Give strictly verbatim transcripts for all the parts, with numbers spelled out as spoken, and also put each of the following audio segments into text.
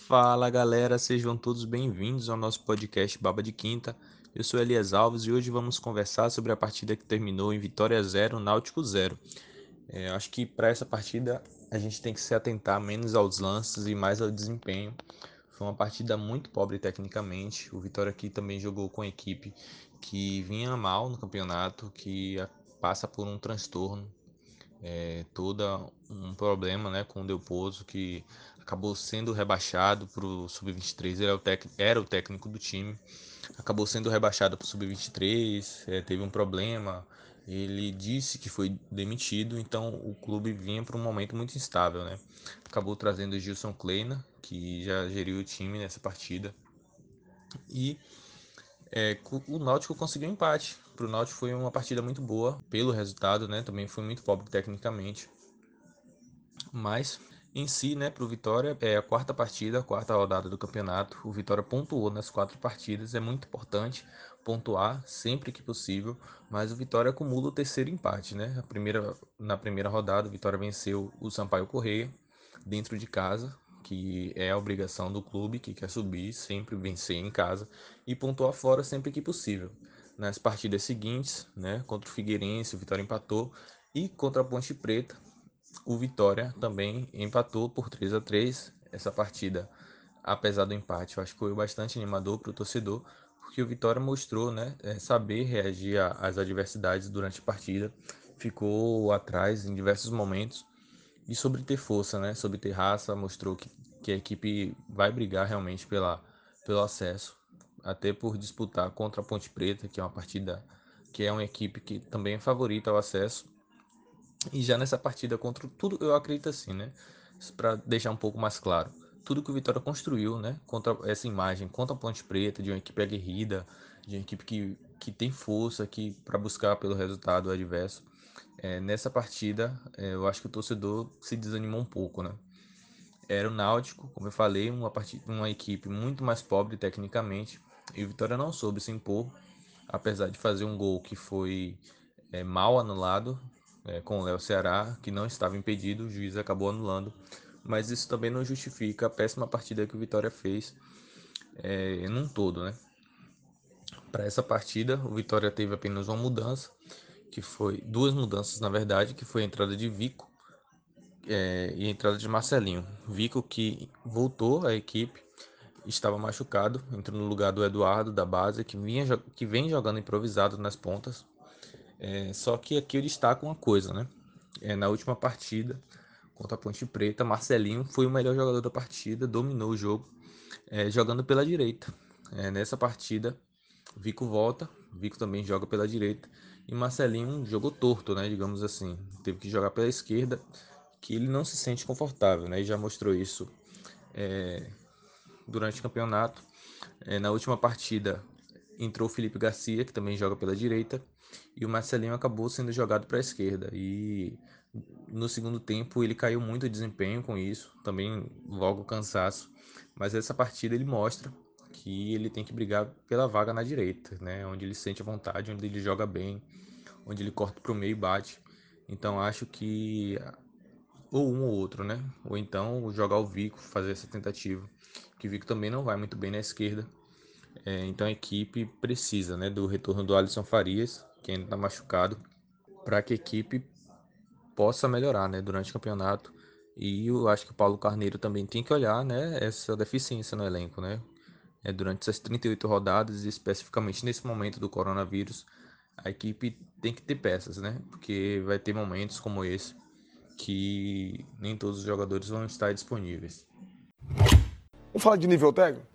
Fala galera, sejam todos bem-vindos ao nosso podcast Baba de Quinta. Eu sou Elias Alves e hoje vamos conversar sobre a partida que terminou em Vitória zero, Náutico zero. É, acho que para essa partida a gente tem que se atentar menos aos lances e mais ao desempenho. Foi uma partida muito pobre tecnicamente. O Vitória aqui também jogou com a equipe que vinha mal no campeonato, que passa por um transtorno, é, todo um problema, né, com o Del Pozo, que acabou sendo rebaixado para o sub vinte e três. Ele era o, tec, era o técnico do time, acabou sendo rebaixado para o sub vinte e três, é, teve um problema, ele disse que foi demitido, então o clube vinha para um momento muito instável, né? Acabou trazendo o Gilson Kleina, que já geriu o time nessa partida, e é, o Náutico conseguiu um empate. Para o Náutico foi uma partida muito boa pelo resultado, né? Também foi muito pobre tecnicamente. Mas em si, né, para o Vitória, é a quarta partida, a quarta rodada do campeonato. O Vitória pontuou nas quatro partidas, é muito importante pontuar sempre que possível, mas o Vitória acumula o terceiro empate, né? A primeira, na primeira rodada, o Vitória venceu o Sampaio Corrêa dentro de casa, que é a obrigação do clube que quer subir, sempre vencer em casa e pontuar fora sempre que possível. Nas partidas seguintes, né, contra o Figueirense, o Vitória empatou e contra a Ponte Preta, o Vitória também empatou por três a três. Essa partida, apesar do empate, eu acho que foi bastante animador para o torcedor, porque o Vitória mostrou, né, é, saber reagir às adversidades durante a partida, ficou atrás em diversos momentos e sobre ter força, né, sobre ter raça, mostrou que, que a equipe vai brigar realmente pela, pelo acesso, até por disputar contra a Ponte Preta, que é uma partida que é uma equipe que também é favorita ao acesso. E já nessa partida contra tudo, eu acredito assim, né? Para deixar um pouco mais claro, tudo que o Vitória construiu, né? Contra essa imagem, contra a Ponte Preta, de uma equipe aguerrida, de uma equipe que, que tem força que para buscar pelo resultado adverso. É, nessa partida, é, eu acho que o torcedor se desanimou um pouco, né? Era o Náutico, como eu falei, uma, partida, uma equipe muito mais pobre tecnicamente, e o Vitória não soube se impor, apesar de fazer um gol que foi é, mal anulado, é, com o Léo Ceará, que não estava impedido, o juiz acabou anulando, mas isso também não justifica a péssima partida que o Vitória fez é, num todo, né? Para essa partida, o Vitória teve apenas uma mudança, que foi duas mudanças na verdade, que foi a entrada de Vico é, e a entrada de Marcelinho. Vico, que voltou à equipe, estava machucado, entrou no lugar do Eduardo da base, que, vinha, que vem jogando improvisado nas pontas. É, só que aqui eu destaco uma coisa, né? É, na última partida contra a Ponte Preta, Marcelinho foi o melhor jogador da partida, dominou o jogo, é, jogando pela direita. É, nessa partida, Vico volta, Vico também joga pela direita, e Marcelinho jogou torto, né? Digamos assim, teve que jogar pela esquerda, que ele não se sente confortável, né? E já mostrou isso é, durante o campeonato. É, na última partida entrou o Felipe Garcia, que também joga pela direita, e o Marcelinho acabou sendo jogado para a esquerda. E no segundo tempo ele caiu muito de desempenho com isso, também logo cansaço. Mas essa partida ele mostra que ele tem que brigar pela vaga na direita, né? Onde ele sente a vontade, onde ele joga bem, onde ele corta para o meio e bate. Então acho que ou um ou outro, né? Ou então jogar o Vico, fazer essa tentativa. Que o Vico também não vai muito bem na esquerda. É, então a equipe precisa, né, do retorno do Alisson Farias, que ainda está machucado, para que a equipe possa melhorar, né, durante o campeonato. E eu acho que o Paulo Carneiro também tem que olhar, né, essa deficiência no elenco, né? É, durante essas trinta e oito rodadas, e especificamente nesse momento do coronavírus, a equipe tem que ter peças, né? Porque vai ter momentos como esse que nem todos os jogadores vão estar disponíveis. Vamos falar de nível técnico?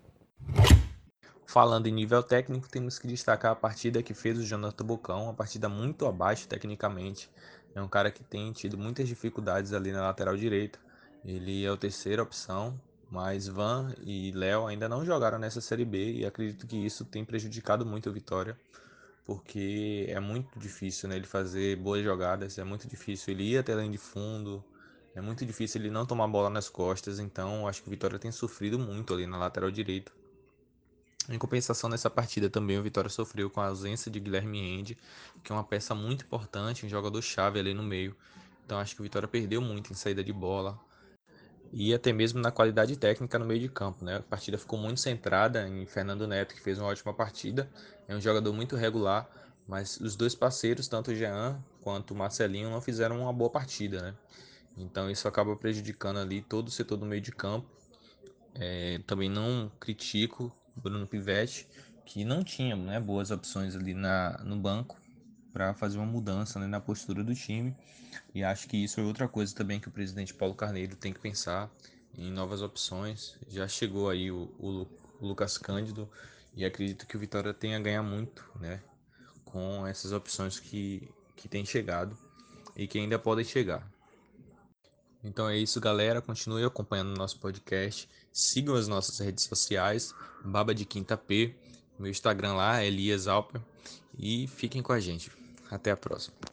Falando em nível técnico, temos que destacar a partida que fez o Jonathan Bocão, uma partida muito abaixo tecnicamente. É um cara que tem tido muitas dificuldades ali na lateral direita. Ele é a terceira opção, mas Van e Léo ainda não jogaram nessa Série B e acredito que isso tem prejudicado muito a Vitória, porque é muito difícil, né, ele fazer boas jogadas, é muito difícil ele ir até a linha de fundo, é muito difícil ele não tomar bola nas costas, então acho que o Vitória tem sofrido muito ali na lateral direita. Em compensação, nessa partida também o Vitória sofreu com a ausência de Guilherme Ende, que é uma peça muito importante, um jogador-chave ali no meio. Então acho que o Vitória perdeu muito em saída de bola. e até mesmo na qualidade técnica no meio de campo, né? A partida ficou muito centrada em Fernando Neto, que fez uma ótima partida, é um jogador muito regular, mas os dois parceiros, tanto o Jean quanto o Marcelinho, não fizeram uma boa partida, né? Então isso acaba prejudicando ali todo o setor do meio de campo. É, também não critico o Bruno Pivetti, que não tinha, né, boas opções ali na, no banco para fazer uma mudança, né, na postura do time. E acho que isso é outra coisa também que o presidente Paulo Carneiro tem que pensar em novas opções. Já chegou aí o, o, o Lucas Cândido e acredito que o Vitória tenha a ganhar muito, né, com essas opções que, que tem chegado e que ainda podem chegar. Então é isso, galera. Continue acompanhando o nosso podcast. Sigam as nossas redes sociais, Baba de Quinta P. Meu Instagram lá é Elias Alper. E fiquem com a gente. Até a próxima.